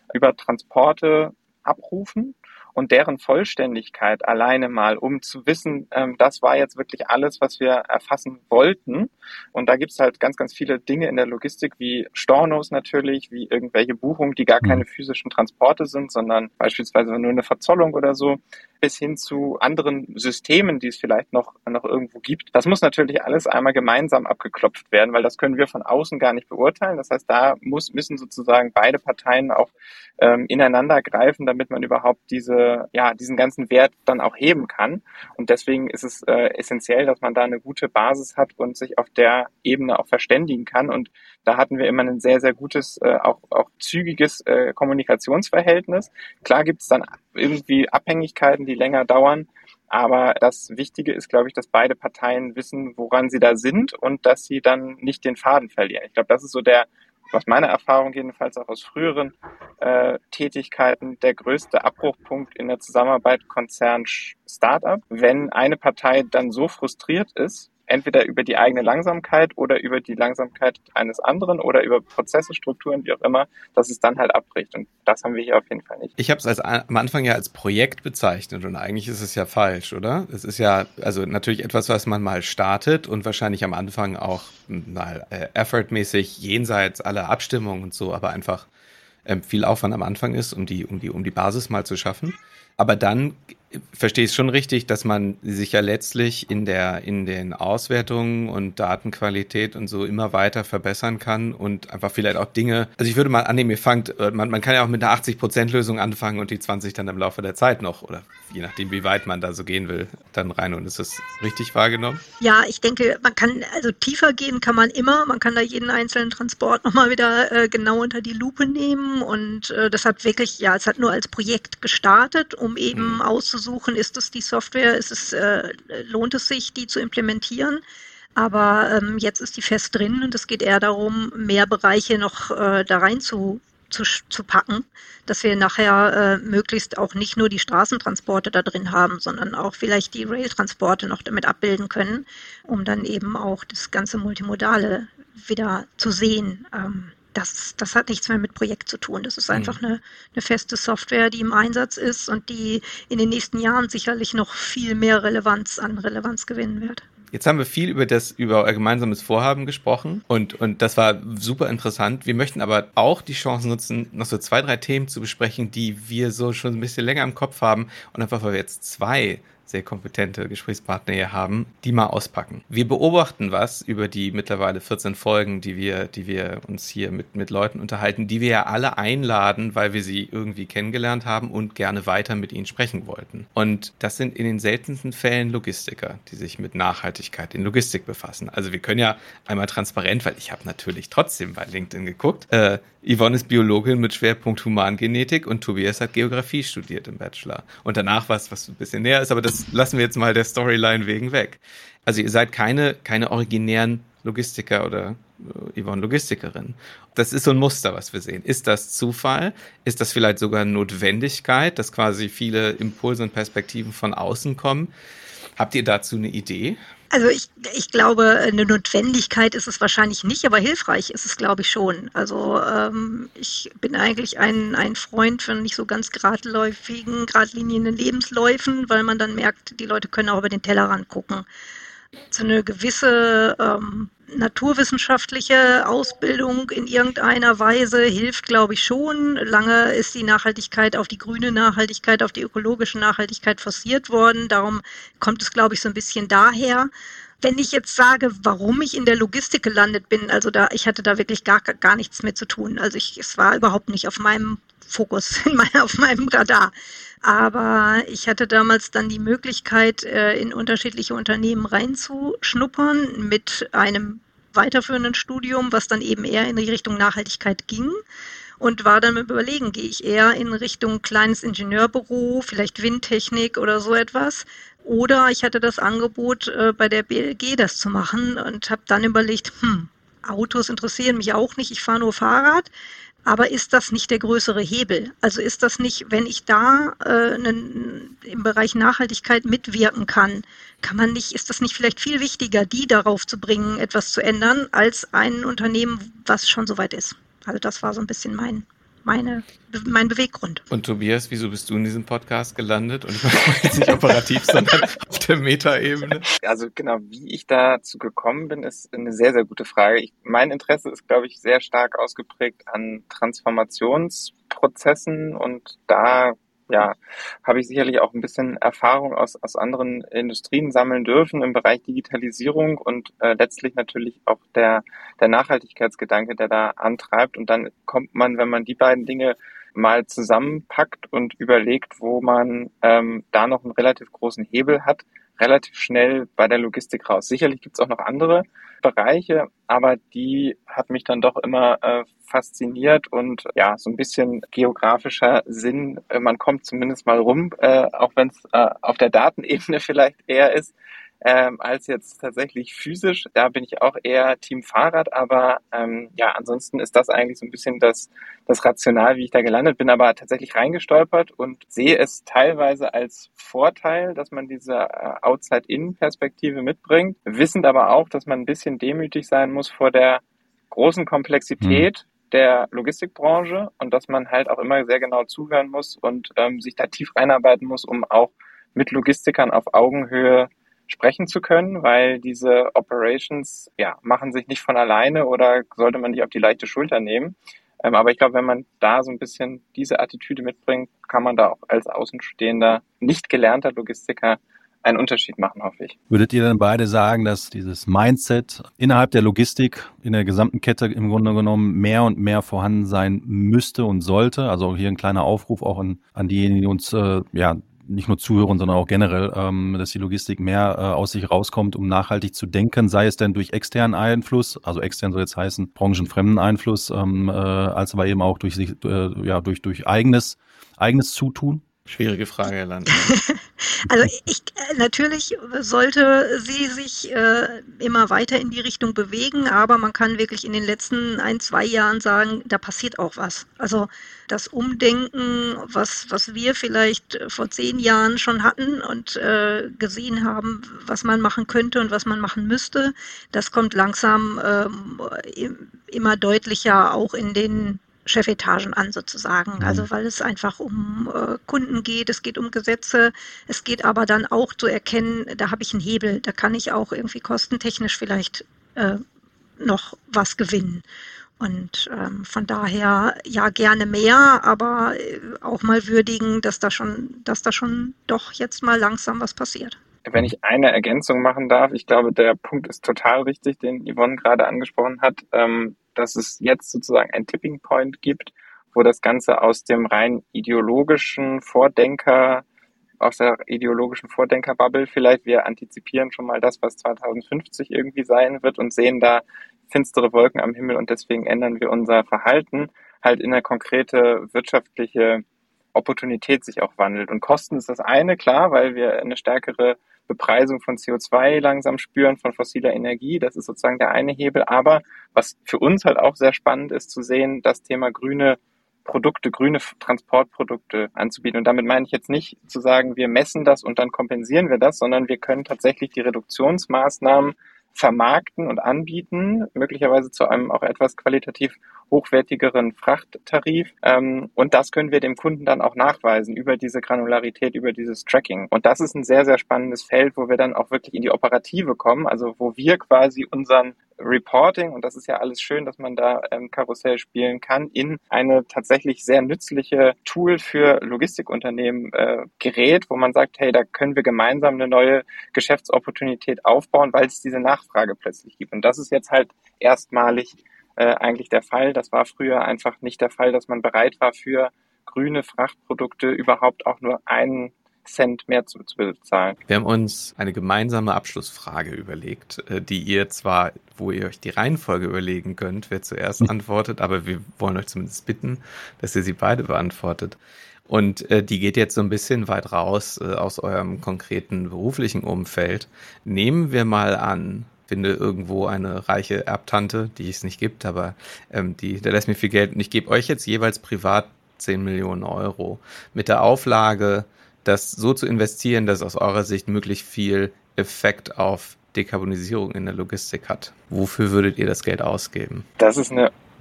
über Transporte abrufen. Und deren Vollständigkeit alleine mal, um zu wissen, ähm, das war jetzt wirklich alles, was wir erfassen wollten. Und da gibt's halt ganz, ganz viele Dinge in der Logistik, wie Stornos natürlich, wie irgendwelche Buchungen, die gar keine physischen Transporte sind, sondern beispielsweise nur eine Verzollung oder so, bis hin zu anderen Systemen, die es vielleicht noch, noch irgendwo gibt. Das muss natürlich alles einmal gemeinsam abgeklopft werden, weil das können wir von außen gar nicht beurteilen. Das heißt, da muss, müssen sozusagen beide Parteien auch ähm, ineinander greifen, damit man überhaupt diese, ja, diesen ganzen Wert dann auch heben kann. Und deswegen ist es äh, essentiell, dass man da eine gute Basis hat und sich auf der Ebene auch verständigen kann. Und da hatten wir immer ein sehr, sehr gutes, äh, auch, auch zügiges äh, Kommunikationsverhältnis. Klar gibt es dann irgendwie Abhängigkeiten, die länger dauern. Aber das Wichtige ist, glaube ich, dass beide Parteien wissen, woran sie da sind und dass sie dann nicht den Faden verlieren. Ich glaube, das ist so der, aus meiner Erfahrung jedenfalls auch aus früheren äh, Tätigkeiten, der größte Abbruchpunkt in der Zusammenarbeit Konzern-Startup. Wenn eine Partei dann so frustriert ist, entweder über die eigene Langsamkeit oder über die Langsamkeit eines anderen oder über Prozesse, Strukturen, wie auch immer, dass es dann halt abbricht. Und das haben wir hier auf jeden Fall nicht. Ich habe es als, am Anfang ja als Projekt bezeichnet und eigentlich ist es ja falsch, oder? Es ist ja also natürlich etwas, was man mal startet und wahrscheinlich am Anfang auch mal äh, effortmäßig jenseits aller Abstimmungen und so, aber einfach ähm, viel Aufwand am Anfang ist, um die, um die, um die Basis mal zu schaffen. Aber dann verstehe ich es schon richtig, dass man sich ja letztlich in der in den Auswertungen und Datenqualität und so immer weiter verbessern kann und einfach vielleicht auch Dinge, also ich würde mal annehmen, ihr fangt, man, man kann ja auch mit einer achtzig Prozent Lösung anfangen und die zwanzig dann im Laufe der Zeit noch oder je nachdem, wie weit man da so gehen will, dann rein. Und ist das richtig wahrgenommen? Ja, ich denke, man kann, also tiefer gehen kann man immer, man kann da jeden einzelnen Transport nochmal wieder äh, genau unter die Lupe nehmen und äh, das hat wirklich, ja, es hat nur als Projekt gestartet, um eben mhm. auszusuchen, ist es die Software, ist es, äh, lohnt es sich, die zu implementieren. Aber ähm, jetzt ist die fest drin und es geht eher darum, mehr Bereiche noch äh, da rein zu, zu, zu packen, dass wir nachher äh, möglichst auch nicht nur die Straßentransporte da drin haben, sondern auch vielleicht die Railtransporte noch damit abbilden können, um dann eben auch das ganze Multimodale wieder zu sehen. Ähm, Das, das hat nichts mehr mit Projekt zu tun. Das ist einfach eine, eine feste Software, die im Einsatz ist und die in den nächsten Jahren sicherlich noch viel mehr Relevanz an Relevanz gewinnen wird. Jetzt haben wir viel über das, über euer gemeinsames Vorhaben gesprochen und, und das war super interessant. Wir möchten aber auch die Chance nutzen, noch so zwei, drei Themen zu besprechen, die wir so schon ein bisschen länger im Kopf haben und einfach, weil wir jetzt zwei sehr kompetente Gesprächspartner hier haben, die mal auspacken. Wir beobachten was über die mittlerweile vierzehn Folgen, die wir, die wir uns hier mit, mit Leuten unterhalten, die wir ja alle einladen, weil wir sie irgendwie kennengelernt haben und gerne weiter mit ihnen sprechen wollten. Und das sind in den seltensten Fällen Logistiker, die sich mit Nachhaltigkeit in Logistik befassen. Also wir können ja einmal transparent, weil ich habe natürlich trotzdem bei LinkedIn geguckt, äh, Yvonne ist Biologin mit Schwerpunkt Humangenetik und Tobias hat Geografie studiert im Bachelor. Und danach was, was ein bisschen näher ist, aber das lassen wir jetzt mal der Storyline wegen weg. Also ihr seid keine, keine originären Logistiker oder äh, Yvonne Logistikerin. Das ist so ein Muster, was wir sehen. Ist das Zufall? Ist das vielleicht sogar Notwendigkeit, dass quasi viele Impulse und Perspektiven von außen kommen? Habt ihr dazu eine Idee? Also ich, ich glaube, eine Notwendigkeit ist es wahrscheinlich nicht, aber hilfreich ist es, glaube ich, schon. Also ähm, ich bin eigentlich ein, ein Freund von nicht so ganz geradläufigen, geradlinien Lebensläufen, weil man dann merkt, die Leute können auch über den Tellerrand gucken. So eine gewisse ähm, naturwissenschaftliche Ausbildung in irgendeiner Weise hilft, glaube ich, schon. Lange ist die Nachhaltigkeit auf die grüne Nachhaltigkeit, auf die ökologische Nachhaltigkeit forciert worden. Darum kommt es, glaube ich, so ein bisschen daher. Wenn ich jetzt sage, warum ich in der Logistik gelandet bin, also da, ich hatte da wirklich gar, gar nichts mit zu tun. Also ich, es war überhaupt nicht auf meinem Fokus, in meiner, auf meinem Radar. Aber ich hatte damals dann die Möglichkeit, in unterschiedliche Unternehmen reinzuschnuppern mit einem weiterführenden Studium, was dann eben eher in die Richtung Nachhaltigkeit ging. Und war dann mit Überlegen, gehe ich eher in Richtung kleines Ingenieurbüro, vielleicht Windtechnik oder so etwas. Oder ich hatte das Angebot, äh, bei der B L G das zu machen und habe dann überlegt, hm, Autos interessieren mich auch nicht, ich fahre nur Fahrrad. Aber ist das nicht der größere Hebel? Also ist das nicht, wenn ich da äh, nen, im Bereich Nachhaltigkeit mitwirken kann, kann man nicht, ist das nicht vielleicht viel wichtiger, die darauf zu bringen, etwas zu ändern, als ein Unternehmen, was schon so weit ist? Also das war so ein bisschen mein meine, mein Beweggrund. Und Tobias, wieso bist du in diesem Podcast gelandet? Und ich meine jetzt nicht operativ, sondern auf der Metaebene. Also genau, wie ich dazu gekommen bin, ist eine sehr, sehr gute Frage. Ich, mein Interesse ist, glaube ich, sehr stark ausgeprägt an Transformationsprozessen und da ja, habe ich sicherlich auch ein bisschen Erfahrung aus, aus anderen Industrien sammeln dürfen im Bereich Digitalisierung und äh, letztlich natürlich auch der, der Nachhaltigkeitsgedanke, der da antreibt. Und dann kommt man, wenn man die beiden Dinge mal zusammenpackt und überlegt, wo man ähm, da noch einen relativ großen Hebel hat, relativ schnell bei der Logistik raus. Sicherlich gibt es auch noch andere Bereiche, aber die hat mich dann doch immer äh, fasziniert und ja, so ein bisschen geografischer Sinn, äh, man kommt zumindest mal rum, äh, auch wenn es äh, auf der Datenebene vielleicht eher ist, ähm, als jetzt tatsächlich physisch. Da bin ich auch eher Team Fahrrad, aber ähm, ja, ansonsten ist das eigentlich so ein bisschen das, das Rational, wie ich da gelandet bin, aber tatsächlich reingestolpert und sehe es teilweise als Vorteil, dass man diese äh, Outside-In-Perspektive mitbringt, wissend aber auch, dass man ein bisschen demütig sein muss vor der großen Komplexität mhm. der Logistikbranche und dass man halt auch immer sehr genau zuhören muss und ähm, sich da tief reinarbeiten muss, um auch mit Logistikern auf Augenhöhe sprechen zu können, weil diese Operations ja machen sich nicht von alleine oder sollte man nicht auf die leichte Schulter nehmen. Ähm, aber ich glaube, wenn man da so ein bisschen diese Attitüde mitbringt, kann man da auch als außenstehender, nicht gelernter Logistiker einen Unterschied machen, hoffe ich. Würdet ihr dann beide sagen, dass dieses Mindset innerhalb der Logistik, in der gesamten Kette im Grunde genommen mehr und mehr vorhanden sein müsste und sollte? Also hier ein kleiner Aufruf auch an, an diejenigen, die uns äh, ja nicht nur zuhören, sondern auch generell, ähm, dass die Logistik mehr äh, aus sich rauskommt, um nachhaltig zu denken, sei es denn durch externen Einfluss, also extern soll jetzt heißen branchenfremden Einfluss, ähm, äh, als aber eben auch durch sich, äh, ja, durch, durch eigenes, eigenes Zutun? Schwierige Frage, Herr Land. Also ich, natürlich sollte sie sich äh, immer weiter in die Richtung bewegen, aber man kann wirklich in den letzten ein, zwei Jahren sagen, da passiert auch was. Also das Umdenken, was, was wir vielleicht vor zehn Jahren schon hatten und äh, gesehen haben, was man machen könnte und was man machen müsste, das kommt langsam ähm, immer deutlicher auch in den Chefetagen an sozusagen, also weil es einfach um äh, Kunden geht, es geht um Gesetze, es geht aber dann auch zu erkennen, da habe ich einen Hebel, da kann ich auch irgendwie kostentechnisch vielleicht äh, noch was gewinnen. Und ähm, von daher ja gerne mehr, aber äh, auch mal würdigen, dass da schon, dass da schon doch jetzt mal langsam was passiert. Wenn ich eine Ergänzung machen darf, ich glaube, der Punkt ist total richtig, den Yvonne gerade angesprochen hat, ähm, dass es jetzt sozusagen ein Tipping Point gibt, wo das Ganze aus dem rein ideologischen Vordenker, aus der ideologischen Vordenkerbubble vielleicht, wir antizipieren schon mal das, was zwanzig fünfzig irgendwie sein wird und sehen da finstere Wolken am Himmel und deswegen ändern wir unser Verhalten, halt in eine konkrete wirtschaftliche Opportunität sich auch wandelt. Und Kosten ist das eine, klar, weil wir eine stärkere Bepreisung von C O zwei langsam spüren, von fossiler Energie. Das ist sozusagen der eine Hebel. Aber was für uns halt auch sehr spannend ist, zu sehen, das Thema grüne Produkte, grüne Transportprodukte anzubieten. Und damit meine ich jetzt nicht zu sagen, wir messen das und dann kompensieren wir das, sondern wir können tatsächlich die Reduktionsmaßnahmen vermarkten und anbieten, möglicherweise zu einem auch etwas qualitativ hochwertigeren Frachttarif. Ähm, und das können wir dem Kunden dann auch nachweisen über diese Granularität, über dieses Tracking. Und das ist ein sehr, sehr spannendes Feld, wo wir dann auch wirklich in die Operative kommen, also wo wir quasi unseren Reporting, und das ist ja alles schön, dass man da ähm, Karussell spielen kann, in eine tatsächlich sehr nützliche Tool für Logistikunternehmen äh, gerät, wo man sagt, hey, da können wir gemeinsam eine neue Geschäftsopportunität aufbauen, weil es diese Nachfrage plötzlich gibt. Und das ist jetzt halt erstmalig äh, eigentlich der Fall. Das war früher einfach nicht der Fall, dass man bereit war, für grüne Frachtprodukte überhaupt auch nur einen Cent mehr zu, zu bezahlen. Wir haben uns eine gemeinsame Abschlussfrage überlegt, die ihr zwar, wo ihr euch die Reihenfolge überlegen könnt, wer zuerst mhm. antwortet, aber wir wollen euch zumindest bitten, dass ihr sie beide beantwortet. Und äh, die geht jetzt so ein bisschen weit raus äh, aus eurem konkreten beruflichen Umfeld. Nehmen wir mal an, finde irgendwo eine reiche Erbtante, die es nicht gibt, aber ähm, die, der lässt mir viel Geld und ich gebe euch jetzt jeweils privat zehn Millionen Euro mit der Auflage, das so zu investieren, dass aus eurer Sicht möglichst viel Effekt auf Dekarbonisierung in der Logistik hat. Wofür würdet ihr das Geld ausgeben? Das ist eine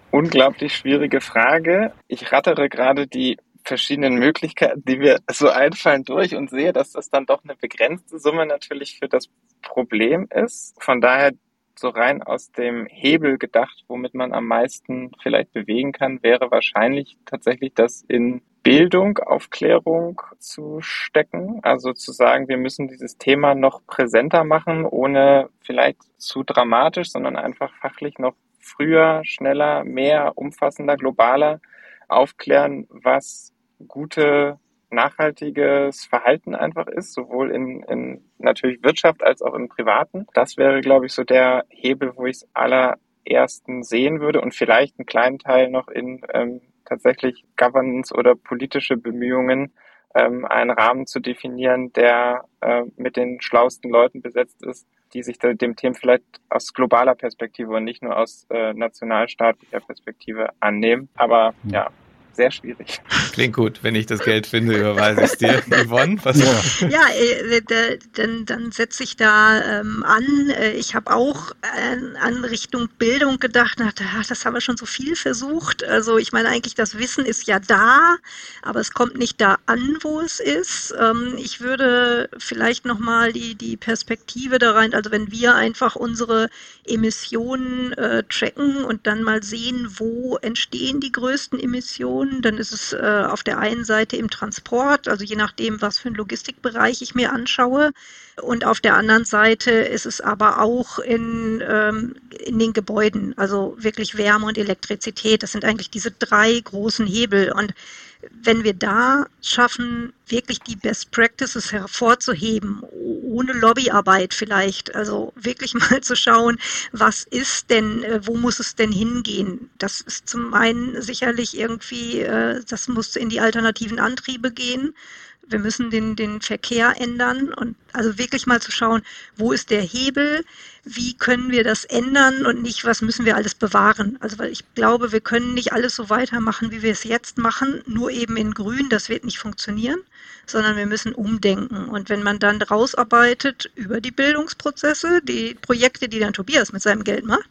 unglaublich schwierige Frage. Ich rattere gerade die verschiedenen Möglichkeiten, die mir so einfallen, durch und sehe, dass das dann doch eine begrenzte Summe natürlich für das Problem ist. Von daher so rein aus dem Hebel gedacht, womit man am meisten vielleicht bewegen kann, wäre wahrscheinlich tatsächlich das in Bildung, Aufklärung zu stecken. Also zu sagen, wir müssen dieses Thema noch präsenter machen, ohne vielleicht zu dramatisch, sondern einfach fachlich noch früher, schneller, mehr, umfassender, globaler aufklären, was gute, nachhaltiges Verhalten einfach ist, sowohl in, in natürlich Wirtschaft als auch im Privaten. Das wäre, glaube ich, so der Hebel, wo ich es allerersten sehen würde und vielleicht einen kleinen Teil noch in ähm, tatsächlich Governance oder politische Bemühungen, ähm, einen Rahmen zu definieren, der äh, mit den schlauesten Leuten besetzt ist, die sich da dem Thema vielleicht aus globaler Perspektive und nicht nur aus äh, nationalstaatlicher Perspektive annehmen. Aber ja, sehr schwierig. Klingt gut. Wenn ich das Geld finde, überweise ich es dir. Yvonne, was? Ja, ja äh, da, dann, dann setze ich da ähm, an. Ich habe auch äh, an Richtung Bildung gedacht. Dachte, ach, das haben wir schon so viel versucht. Also ich meine eigentlich, das Wissen ist ja da, aber es kommt nicht da an, wo es ist. Ähm, ich würde vielleicht nochmal die, die Perspektive da rein, also wenn wir einfach unsere Emissionen äh, tracken und dann mal sehen, wo entstehen die größten Emissionen, dann ist es äh, auf der einen Seite im Transport, also je nachdem, was für einen Logistikbereich ich mir anschaue. Und auf der anderen Seite ist es aber auch in, ähm, in den Gebäuden, also wirklich Wärme und Elektrizität. Das sind eigentlich diese drei großen Hebel. Und wenn wir da schaffen, wirklich die Best Practices hervorzuheben, ohne Lobbyarbeit vielleicht, also wirklich mal zu schauen, was ist denn, wo muss es denn hingehen? Das ist zum einen sicherlich irgendwie, das muss in die alternativen Antriebe gehen. Wir müssen den, den Verkehr ändern und also wirklich mal zu schauen, wo ist der Hebel, wie können wir das ändern und nicht, was müssen wir alles bewahren. Also weil ich glaube, wir können nicht alles so weitermachen, wie wir es jetzt machen, nur eben in Grün, das wird nicht funktionieren, sondern wir müssen umdenken. Und wenn man dann rausarbeitet über die Bildungsprozesse, die Projekte, die dann Tobias mit seinem Geld macht,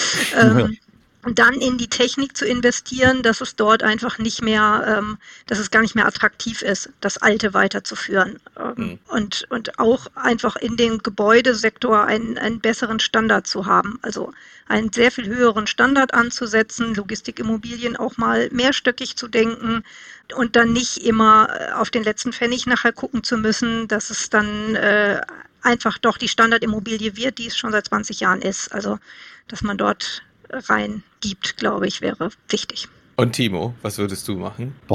ähm, und dann in die Technik zu investieren, dass es dort einfach nicht mehr, ähm, dass es gar nicht mehr attraktiv ist, das Alte weiterzuführen. Ähm, mhm. und, und auch einfach in dem Gebäudesektor einen, einen besseren Standard zu haben. Also einen sehr viel höheren Standard anzusetzen, Logistikimmobilien auch mal mehrstöckig zu denken und dann nicht immer auf den letzten Pfennig nachher gucken zu müssen, dass es dann äh, einfach doch die Standardimmobilie wird, die es schon seit zwanzig Jahren ist. Also, dass man dort rein gibt, glaube ich, wäre wichtig. Und Timo, was würdest du machen? Boah.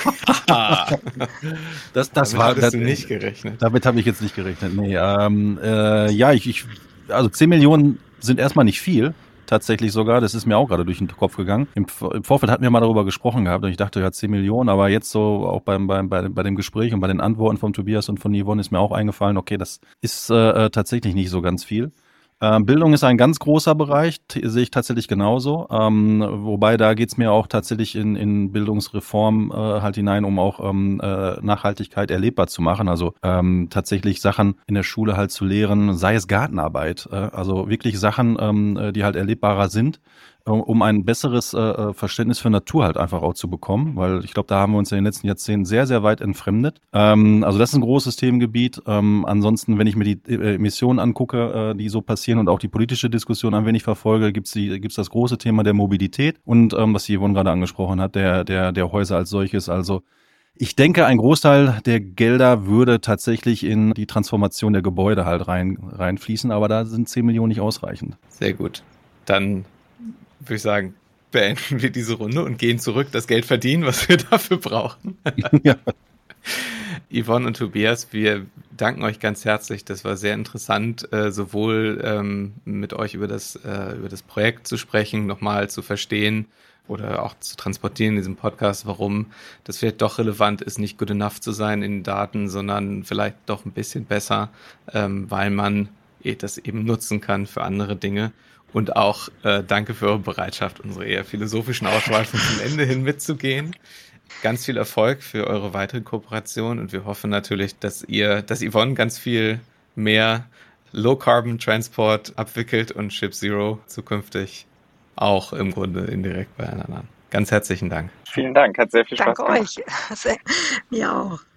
das, das damit war hattest das, du nicht gerechnet. Damit habe ich jetzt nicht gerechnet. Nee, ähm, äh, ja, ich, ich, also zehn Millionen sind erstmal nicht viel. Tatsächlich sogar, das ist mir auch gerade durch den Kopf gegangen. Im, im Vorfeld hatten wir mal darüber gesprochen gehabt und ich dachte, ja, zehn Millionen, aber jetzt so auch beim, beim, bei, bei dem Gespräch und bei den Antworten von Tobias und von Yvonne ist mir auch eingefallen, okay, das ist äh, tatsächlich nicht so ganz viel. Ähm, Bildung ist ein ganz großer Bereich, t- sehe ich tatsächlich genauso. Ähm, wobei da geht's mir auch tatsächlich in, in Bildungsreform äh, halt hinein, um auch ähm, äh, Nachhaltigkeit erlebbar zu machen. Also ähm, tatsächlich Sachen in der Schule halt zu lehren, sei es Gartenarbeit, äh, also wirklich Sachen, ähm, die halt erlebbarer sind, äh, um ein besseres äh, Verständnis für Natur halt einfach auch zu bekommen, weil ich glaube, da haben wir uns in den letzten Jahrzehnten sehr, sehr weit entfremdet. Ähm, also das ist ein großes Themengebiet. Ähm, ansonsten, wenn ich mir die äh, Emissionen angucke, äh, die so passieren und auch die politische Diskussion ein wenig verfolge, gibt's die, gibt's das große Thema der Mobilität und ähm, was Yvonne gerade angesprochen hat, der, der, der Häuser als solches. Also ich denke, ein Großteil der Gelder würde tatsächlich in die Transformation der Gebäude halt rein, reinfließen, aber da sind zehn Millionen nicht ausreichend. Sehr gut. Dann würde ich sagen, beenden wir diese Runde und gehen zurück, das Geld verdienen, was wir dafür brauchen. Ja. Yvonne und Tobias, wir danken euch ganz herzlich. Das war sehr interessant, äh, sowohl ähm, mit euch über das, äh, über das Projekt zu sprechen, nochmal zu verstehen oder auch zu transportieren in diesem Podcast, warum das vielleicht doch relevant ist, nicht good enough zu sein in Daten, sondern vielleicht doch ein bisschen besser, ähm, weil man das eben nutzen kann für andere Dinge. Und auch äh, danke für eure Bereitschaft, unsere eher philosophischen Ausschweifungen zum Ende hin mitzugehen. Ganz viel Erfolg für eure weitere Kooperation und wir hoffen natürlich, dass ihr, dass Yvonne ganz viel mehr Low-Carbon-Transport abwickelt und ShipZero zukünftig auch im Grunde indirekt bei allen anderen. Ganz herzlichen Dank. Vielen Dank, hat sehr viel Spaß Danke gemacht. euch. Sehr, mir auch.